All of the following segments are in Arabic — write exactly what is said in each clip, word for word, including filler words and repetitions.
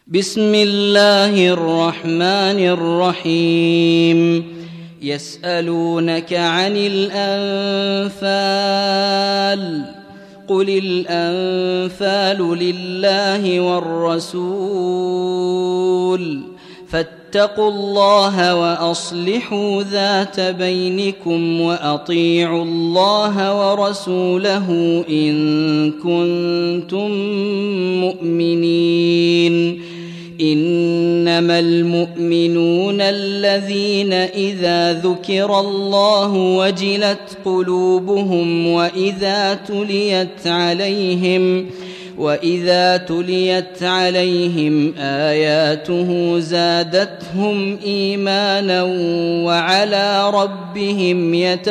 بسم الله الرحمن الرحيم يسألونك عن الأنفال قل الأنفال لله والرسول فاتقوا الله وأصلحوا ذات بينكم وأطيعوا الله ورسوله إن كنتم مؤمنين إنما المؤمنون الذين إذا ذكر الله وجلت قلوبهم وإذا تليت عليهم وإذا تليت عليهم آياته زادتهم إيمانا وعلى ربهم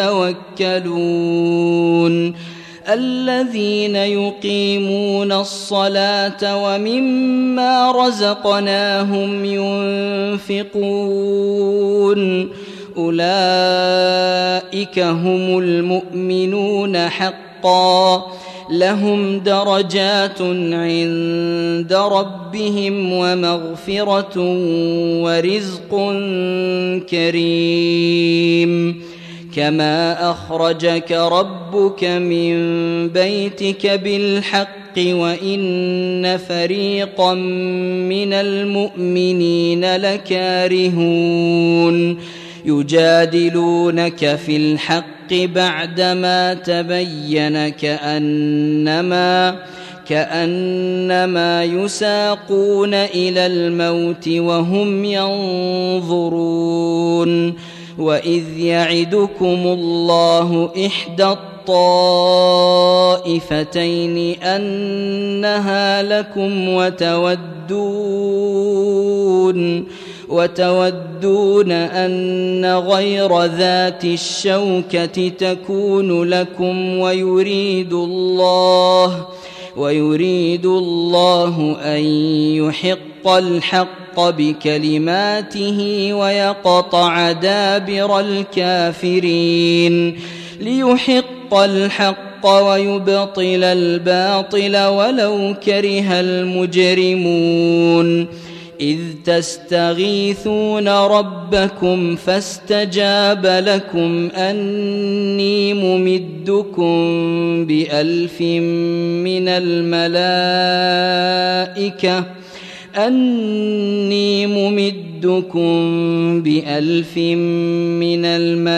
يتوكلون الذين يقيمون الصلاة ومما رزقناهم ينفقون أولئك هم المؤمنون حقا لهم درجات عند ربهم ومغفرة ورزق كريم كما أخرجك ربك من بيتك بالحق وإن فريقا من المؤمنين لكارهون يجادلونك في الحق بعدما تبين كأنما كأنما يساقون إلى الموت وهم ينظرون وإذ يعدكم الله إحدى الطائفتين أنها لكم وتودون وتودون أن غير ذات الشوكة تكون لكم ويريد الله ويريد الله أن يحق الحق بكلماته ويقطع دابر الكافرين ليحق الحق ويبطل الباطل ولو كره المجرمون إذ تستغيثون ربكم فاستجاب لكم أني ممدكم بألف من الملائكة أني ممدكم بألف من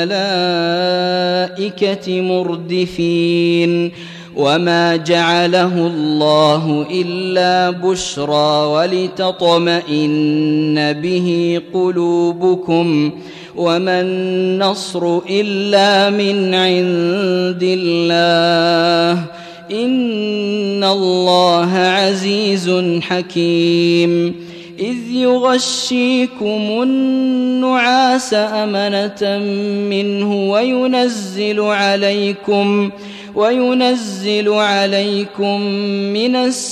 الملائكة مردفين وما جعله الله إلا بشرى ولتطمئن به قلوبكم وما النصر إلا من عند الله إن الله عزيز حكيم إذ يغشيكم النعاس أمنة منه وينزل عليكم وينزل عليكم من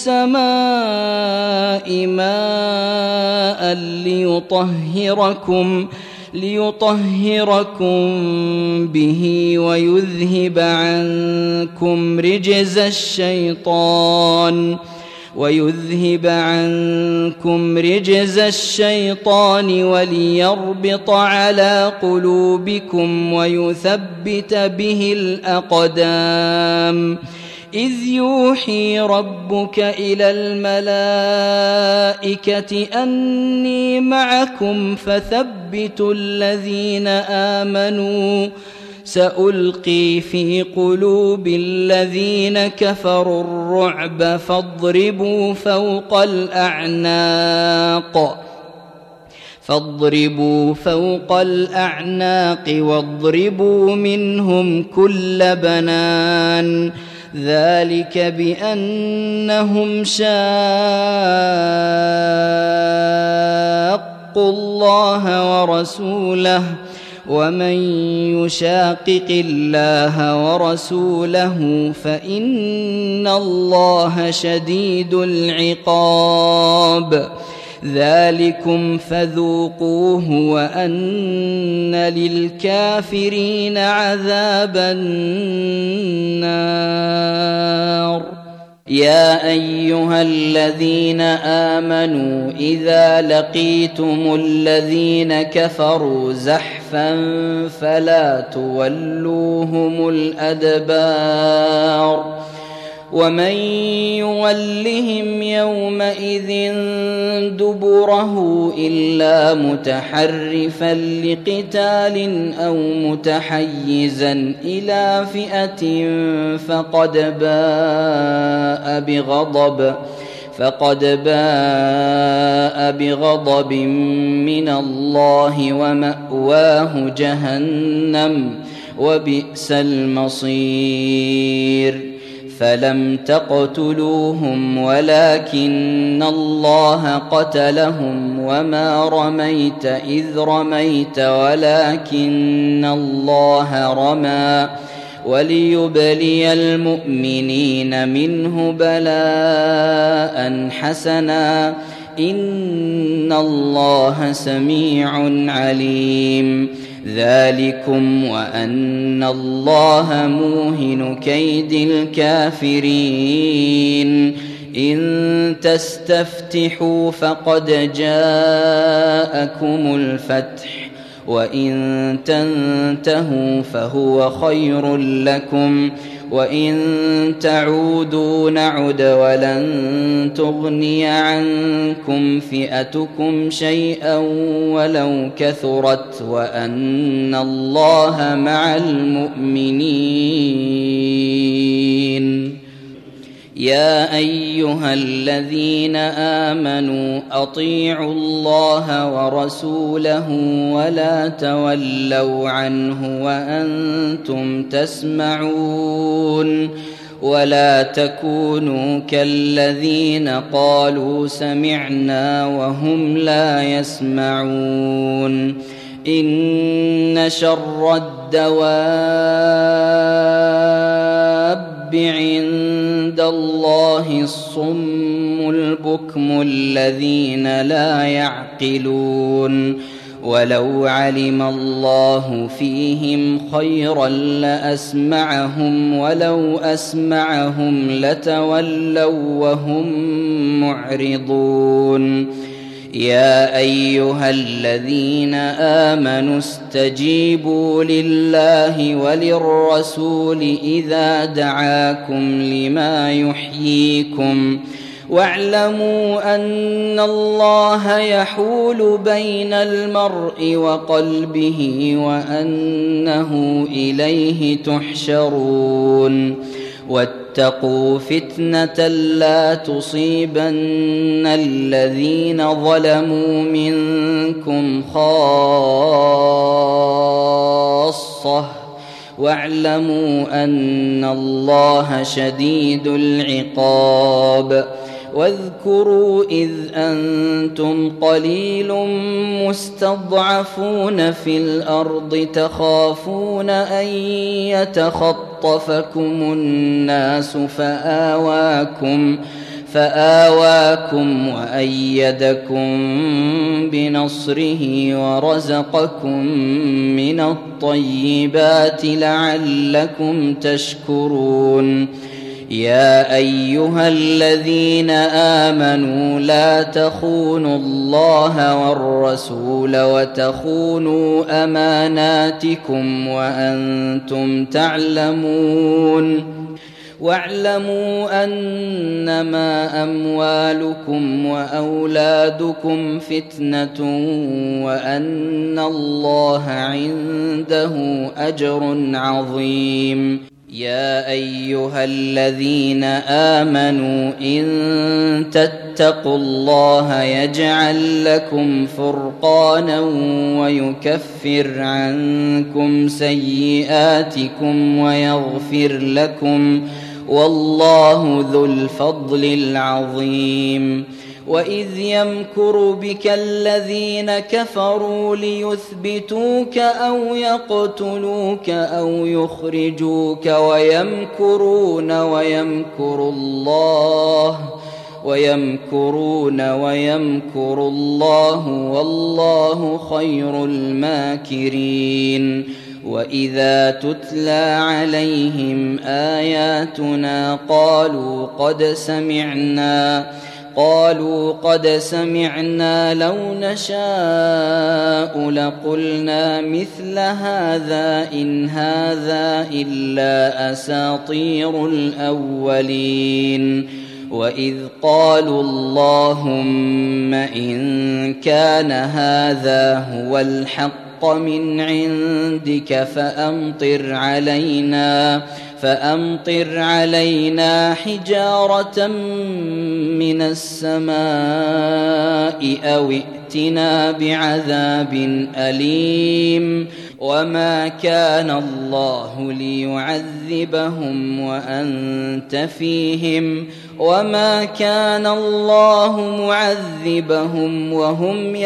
السماء ماء ليطهركم ليطهركم به ويذهب عنكم رجز الشيطان ويذهب عنكم رجز الشيطان وليربط على قلوبكم ويثبت به الأقدام إذ يوحي ربك إلى الملائكة أني معكم فثبتوا الذين آمنوا سألقي في قلوب الذين كفروا الرعب فاضربوا فوق الأعناق فاضربوا فوق الأعناق واضربوا منهم كل بنان ذلك بأنهم شاقوا الله ورسوله ومن يشاقق الله ورسوله فإن الله شديد العقاب ذلكم فذوقوه وأن للكافرين عذاب النار. يا أيها الذين آمنوا إذا لقيتم الذين كفروا زحفا فلا تولوهم الأدبار ومن يولهم يومئذ دبره إلا متحرفا لقتال أو متحيزا إلى فئة فقد باء بغضب فقد باء بغضب من الله ومأواه جهنم وبئس المصير فلم تقتلوهم ولكن الله قتلهم وما رميت إذ رميت ولكن الله رمى وليبلي المؤمنين منه بلاء حسنا إن الله سميع عليم ذلكم وأن الله موهن كيد الكافرين إن تستفتحوا فقد جاءكم الفتح وإن تنتهوا فهو خير لكم وإن تعودوا نعد ولن تغني عنكم فئتكم شيئا ولو كثرت وأن الله مع المؤمنين يا أيها الذين آمنوا أطيعوا الله ورسوله ولا تولوا عنه وأنتم تسمعون ولا تكونوا كالذين قالوا سمعنا وهم لا يسمعون إن شر الدواب عند الله الصم البكم الذين لا يعقلون ولو علم الله فيهم خيرا لأسمعهم ولو أسمعهم لتولوا وهم معرضون يا أيها الذين آمنوا استجيبوا لله وللرسول إذا دعاكم لما يحييكم واعلموا أن الله يحول بين المرء وقلبه وأنه إليه تحشرون واتقوا فتنة لا تصيبن الذين ظلموا منكم خاصة واعلموا أن الله شديد العقاب واذكروا إذ أنتم قليل مستضعفون في الأرض تخافون أن يتخطفكم الناس فآواكم فآواكم وأيدكم بنصره ورزقكم من الطيبات لعلكم تشكرون يا أيها الذين آمنوا لا تخونوا الله والرسول وتخونوا أماناتكم وأنتم تعلمون واعلموا أنما أموالكم وأولادكم فتنة وأن الله عنده أجر عظيم يا أيها الذين آمنوا إن تتقوا الله يجعل لكم فرقانا ويكفر عنكم سيئاتكم ويغفر لكم والله ذو الفضل العظيم وإذ يمكر بك الذين كفروا ليثبتوك أو يقتلوك أو يخرجوك ويمكرون ويمكر الله ويمكرون ويمكر الله والله خير الماكرين وإذا تتلى عليهم آياتنا قالوا قد سمعنا قالوا قد سمعنا لو نشاء لقلنا مثل هذا إن هذا إلا أساطير الأولين وإذ قالوا اللهم إن كان هذا هو الحق من عندك فأمطر علينا فأمطر علينا حجارة من السماء أو ائتنا بعذاب أليم وما كان الله ليعذبهم وأنت فيهم وما كان الله معذبهم وهم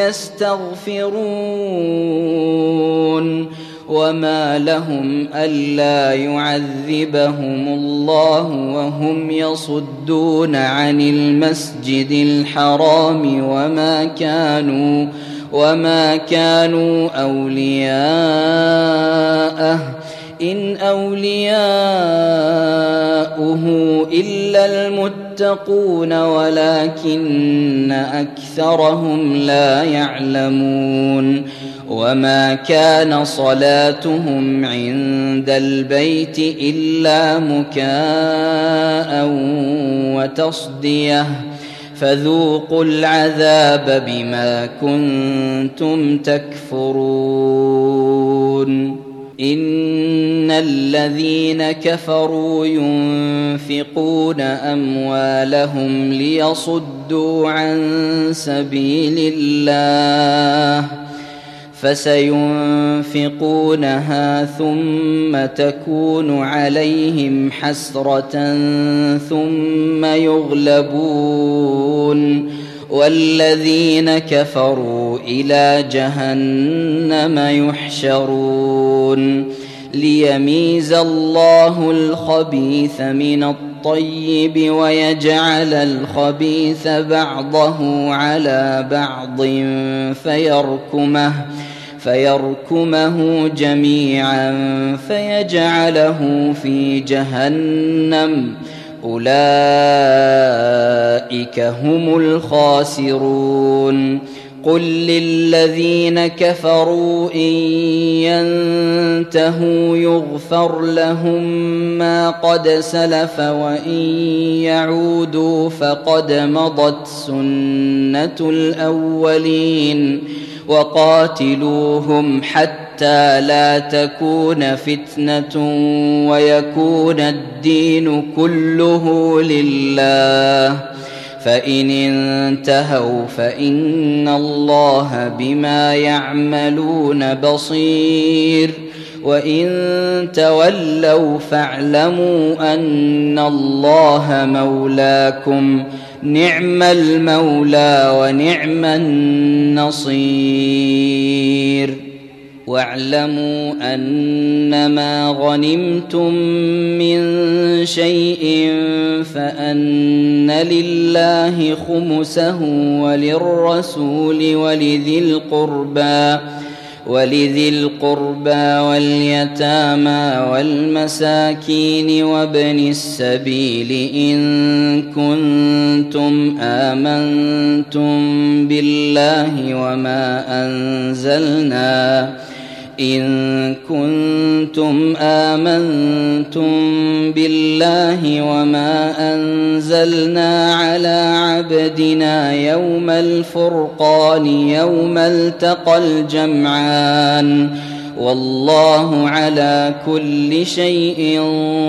يستغفرون وما لهم ألا يعذبهم الله وهم يصدون عن المسجد الحرام وما كانوا وما كانوا أولياءه إن أولياؤه إلا المتقون ولكن أكثرهم لا يعلمون وما كان صلاتهم عند البيت إلا مكاء وتصدية فذوقوا العذاب بما كنتم تكفرون إن الذين كفروا ينفقون أموالهم ليصدوا عن سبيل الله فسينفقونها ثم تكون عليهم حسرة ثم يغلبون والذين كفروا إلى جهنم يحشرون ليميز الله الخبيث من الطيب ويجعل الخبيث بعضه على بعض فيركمه فيركمه جميعا فيجعله في جهنم أولئك هم الخاسرون قل للذين كفروا إن ينتهوا يغفر لهم ما قد سلف وإن يعودوا فقد مضت سنة الأولين وقاتلوهم حتى لا تكون فتنة ويكون الدين كله لله فإن انتهوا فإن الله بما يعملون بصير وإن تولوا فاعلموا أن الله مولاكم نعم المولى ونعم النصير واعلموا أنما غنمتم من شيء فأن لله خمسه وللرسول ولذي القربى ولذي القربى واليتامى والمساكين وابن السبيل إن كنتم آمنتم بالله وما أنزلنا إن كنتم آمنتم بالله وما أنزلنا على عبدنا يوم الفرقان يوم التقى الجمعان والله على كل شيء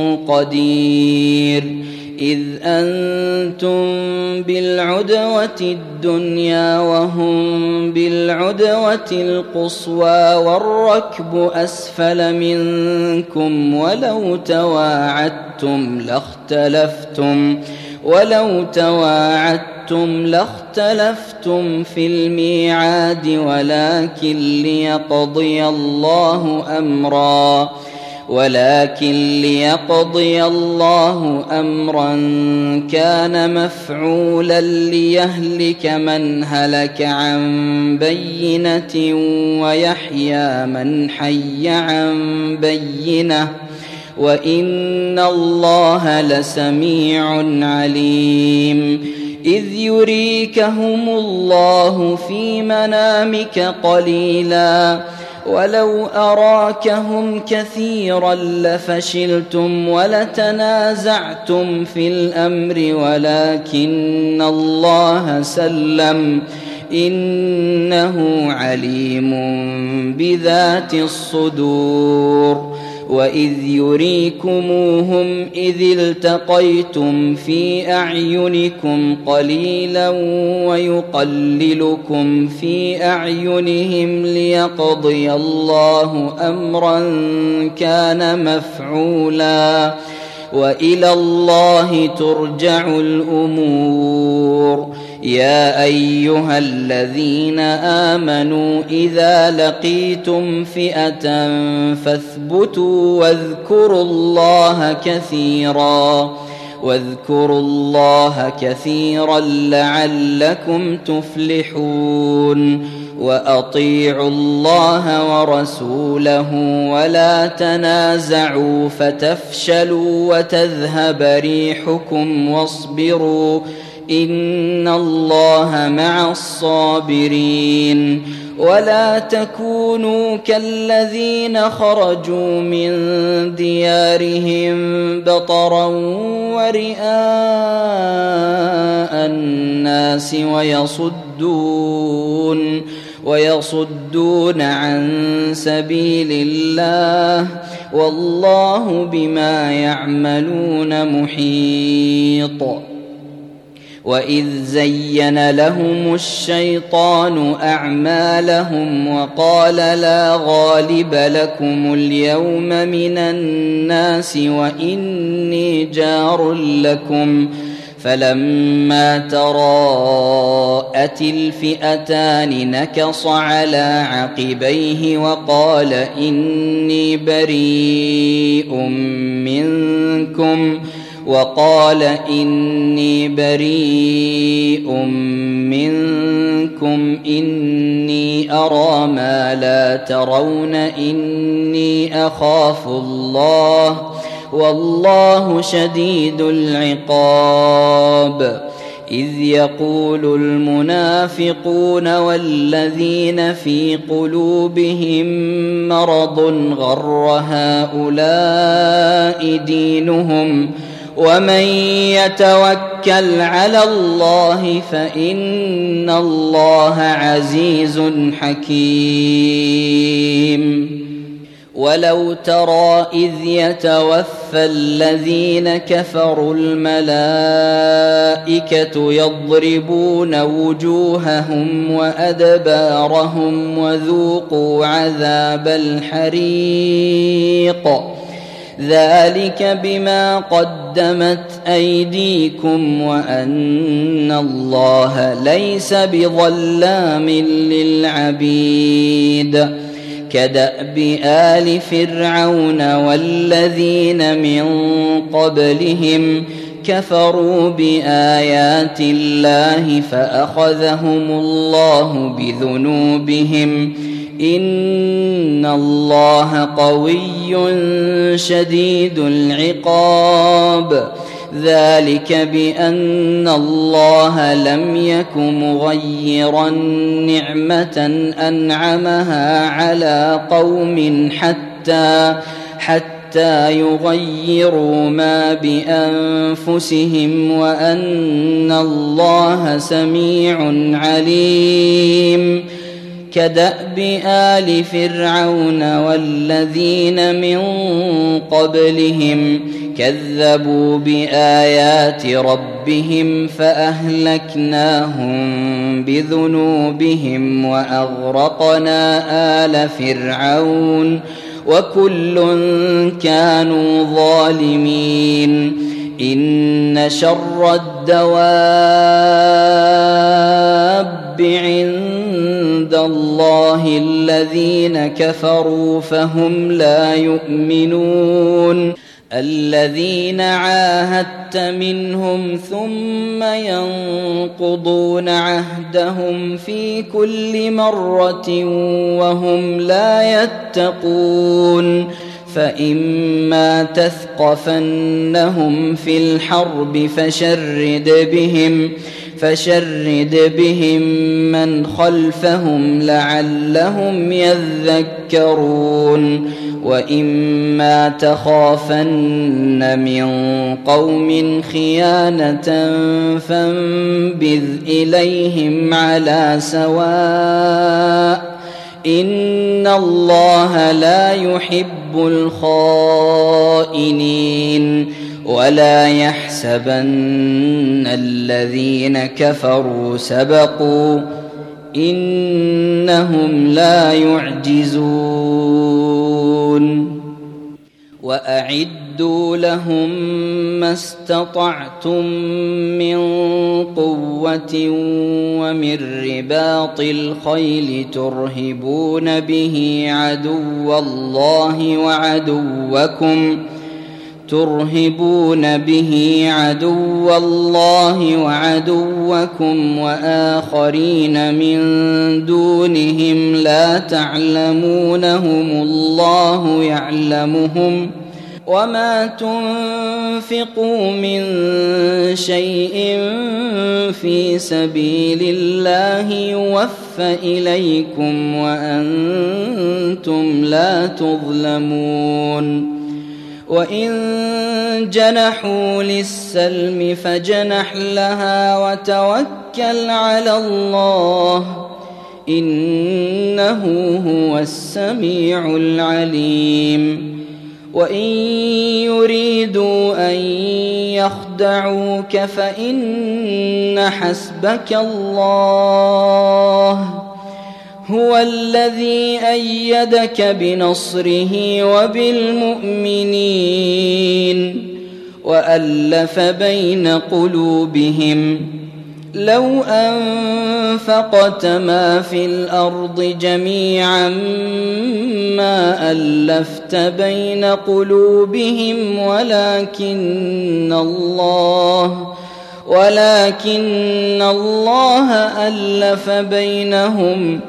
قدير إذ أنتم بالعدوة الدنيا وهم بالعدوة القصوى والركب أسفل منكم ولو تواعدتم لاختلفتم ولو تواعدتم لاختلفتم في الميعاد ولكن ليقضي الله أمرا ولكن ليقضي الله أمرا كان مفعولا ليهلك من هلك عن بينة ويحيى من حي عن بينة وإن الله لسميع عليم إذ يريكهم الله في منامك قليلا ولو أراكهم كثيرا لفشلتم ولتنازعتم في الأمر ولكن الله سلم إنه عليم بذات الصدور وإذ يريكموهم إذ التقيتم في أعينكم قليلا ويقللكم في أعينهم ليقضي الله أمرا كان مفعولا وإلى الله ترجع الأمور يا أيها الذين آمنوا إذا لقيتم فئة فاثبتوا واذكروا الله كثيرا واذكروا الله كثيرا لعلكم تفلحون وأطيعوا الله ورسوله ولا تنازعوا فتفشلوا وتذهب ريحكم واصبروا إن الله مع الصابرين ولا تكونوا كالذين خرجوا من ديارهم بطرا ورئاء الناس ويصدون ويصدون عن سبيل الله والله بما يعملون محيط وإذ زين لهم الشيطان أعمالهم وقال لا غالب لكم اليوم من الناس وإني جار لكم فلما تراءت الفئتان نكص على عقبيه وقال إني بريء منكم وقال إني بريء منكم إني أرى ما لا ترون إني أخاف الله والله شديد العقاب إذ يقول المنافقون والذين في قلوبهم مرض غر هؤلاء دينهم ومن يتوكل على الله فإن الله عزيز حكيم ولو ترى إذ يتوفى الذين كفروا الملائكة يضربون وجوههم وأدبارهم وذوقوا عذاب الحريق ذلك بما قدمت أيديكم وأن الله ليس بظلام للعبيد كدأب آل فرعون والذين من قبلهم كفروا بآيات الله فأخذهم الله بذنوبهم إن الله قوي شديد العقاب ذلك بأن الله لم يك مغيرا نعمة أنعمها على قوم حتى حتى يغيروا ما بأنفسهم وأن الله سميع عليم كدأب آل فرعون والذين من قبلهم كذبوا بآيات ربهم فأهلكناهم بذنوبهم وأغرقنا آل فرعون وكل كانوا ظالمين إن شر الدواب عند الله الذين كفروا فهم لا يؤمنون الذين عاهدت منهم ثم ينقضون عهدهم في كل مرة وهم لا يتقون فإما تثقفنهم في الحرب فشرد بهم فشرد بهم من خلفهم لعلهم يذكرون وإما تخافن من قوم خيانة فانبذ إليهم على سواء إن الله لا يحب الخائنين ولا يحسبن الذين كفروا سبقوا إنهم لا يعجزون وأعدوا لهم ما استطعتم من قوة ومن رباط الخيل ترهبون به عدو الله وعدوكم ترهبون به عدو الله وعدوكم وآخرين من دونهم لا تعلمونهم الله يعلمهم وما تنفقوا من شيء في سبيل الله يوفى إليكم وأنتم لا تظلمون وإن جنحوا للسلم فجنح لها وتوكل على الله إنه هو السميع العليم وإن يريدوا أن يخدعوك فإن حسبك الله هو الذي أيدك بنصره وبالمؤمنين وألف بين قلوبهم لو أنفقت ما في الأرض جميعا ما ألفت بين قلوبهم ولكن الله ولكن الله ألف بينهم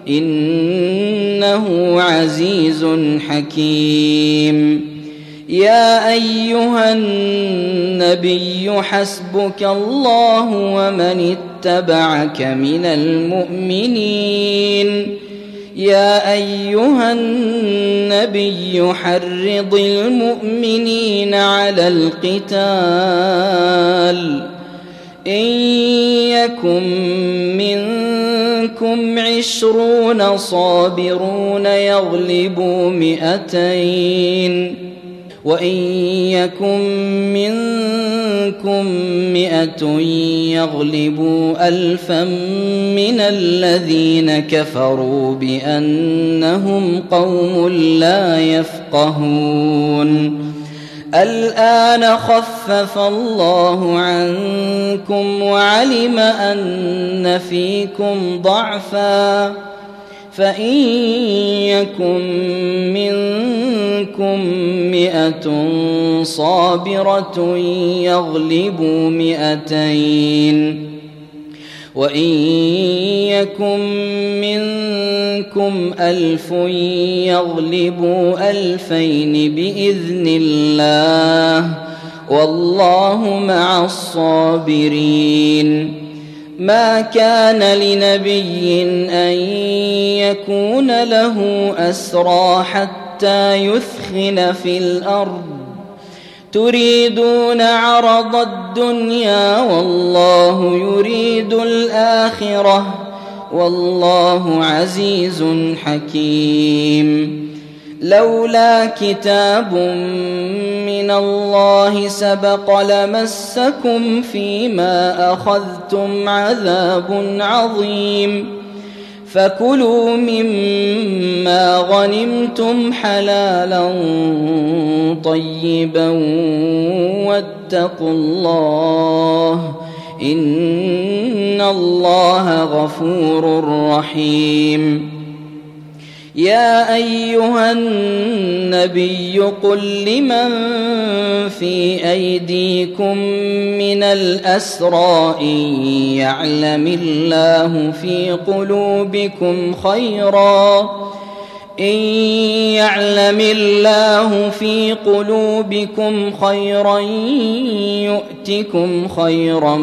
إنه عزيز حكيم يا أيها النبي حسبك الله ومن اتبعك من المؤمنين يا أيها النبي حرض المؤمنين على القتال إن يكن منكم عشرون صابرون يغلبوا مئتين وإن يكن منكم مئة يغلبوا ألفا من الذين كفروا بأنهم قوم لا يفقهون الآن خفف الله عنكم وعلم أن فيكم ضعفا فإن يكن منكم مئة صابرة يغلبوا مئتين وإن يكن منكم ألف يغلبوا ألفين بإذن الله والله مع الصابرين ما كان لنبي أن يكون له أسرى حتى يثخن في الأرض تريدون عرض الدنيا والله يريد الآخرة والله عزيز حكيم لولا كتاب من الله سبق لمسكم فيما أخذتم عذاب عظيم فكلوا مما غنمتم حلالا طيبا واتقوا الله إن الله غفور رحيم. يا أيها النبي قل لمن في أيديكم من الأسرى إن يعلم الله في قلوبكم خيرا إن يعلم الله في قلوبكم خيرا يؤتكم خيرا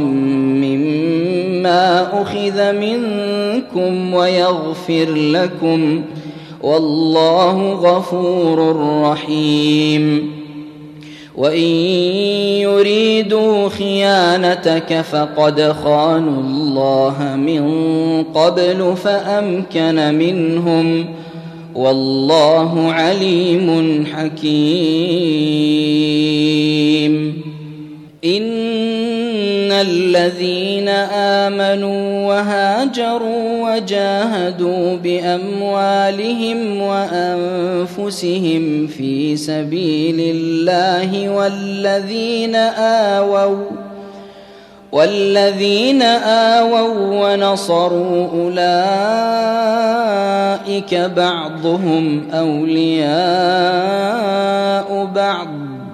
مما أخذ منكم ويغفر لكم والله غفور رحيم. وإن يريدوا خيانتك فقد خانوا الله من قبل فأمكن منهم والله عليم حكيم. إن الذين آمنوا وهاجروا وجاهدوا بأموالهم وأنفسهم في سبيل الله والذين آووا والذين آووا ونصروا أولئك بعضهم أولياء بعض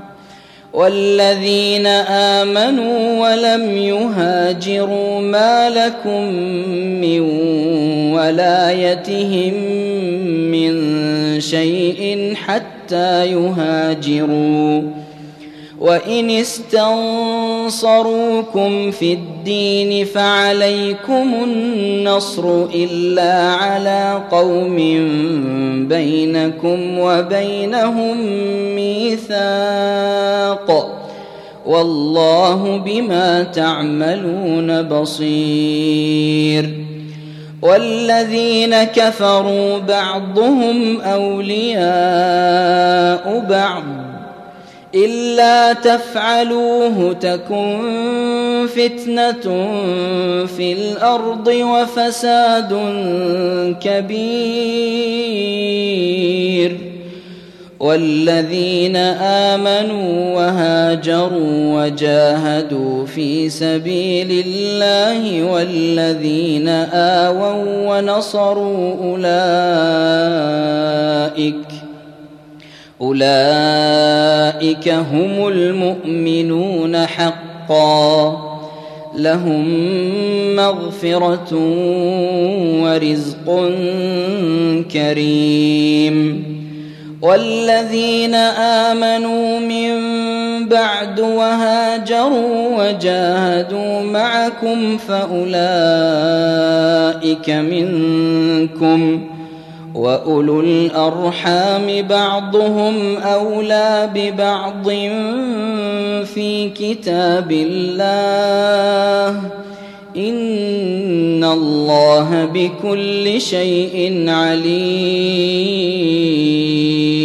والذين آمنوا ولم يهاجروا ما لكم من ولايتهم من شيء حتى يهاجروا وإن استنصروكم في الدين فعليكم النصر إلا على قوم بينكم وبينهم ميثاق والله بما تعملون بصير. والذين كفروا بعضهم أولياء بعض إلا تفعلوه تكن فتنة في الأرض وفساد كبير. والذين آمنوا وهاجروا وجاهدوا في سبيل الله والذين آووا ونصروا أولئك أولئك هم المؤمنون حقا لهم مغفرة ورزق كريم. والذين آمنوا من بعد وهاجروا وجاهدوا معكم فأولئك منكم وأولو الأرحام بعضهم أولى ببعض في كتاب الله إن الله بكل شيء عليم.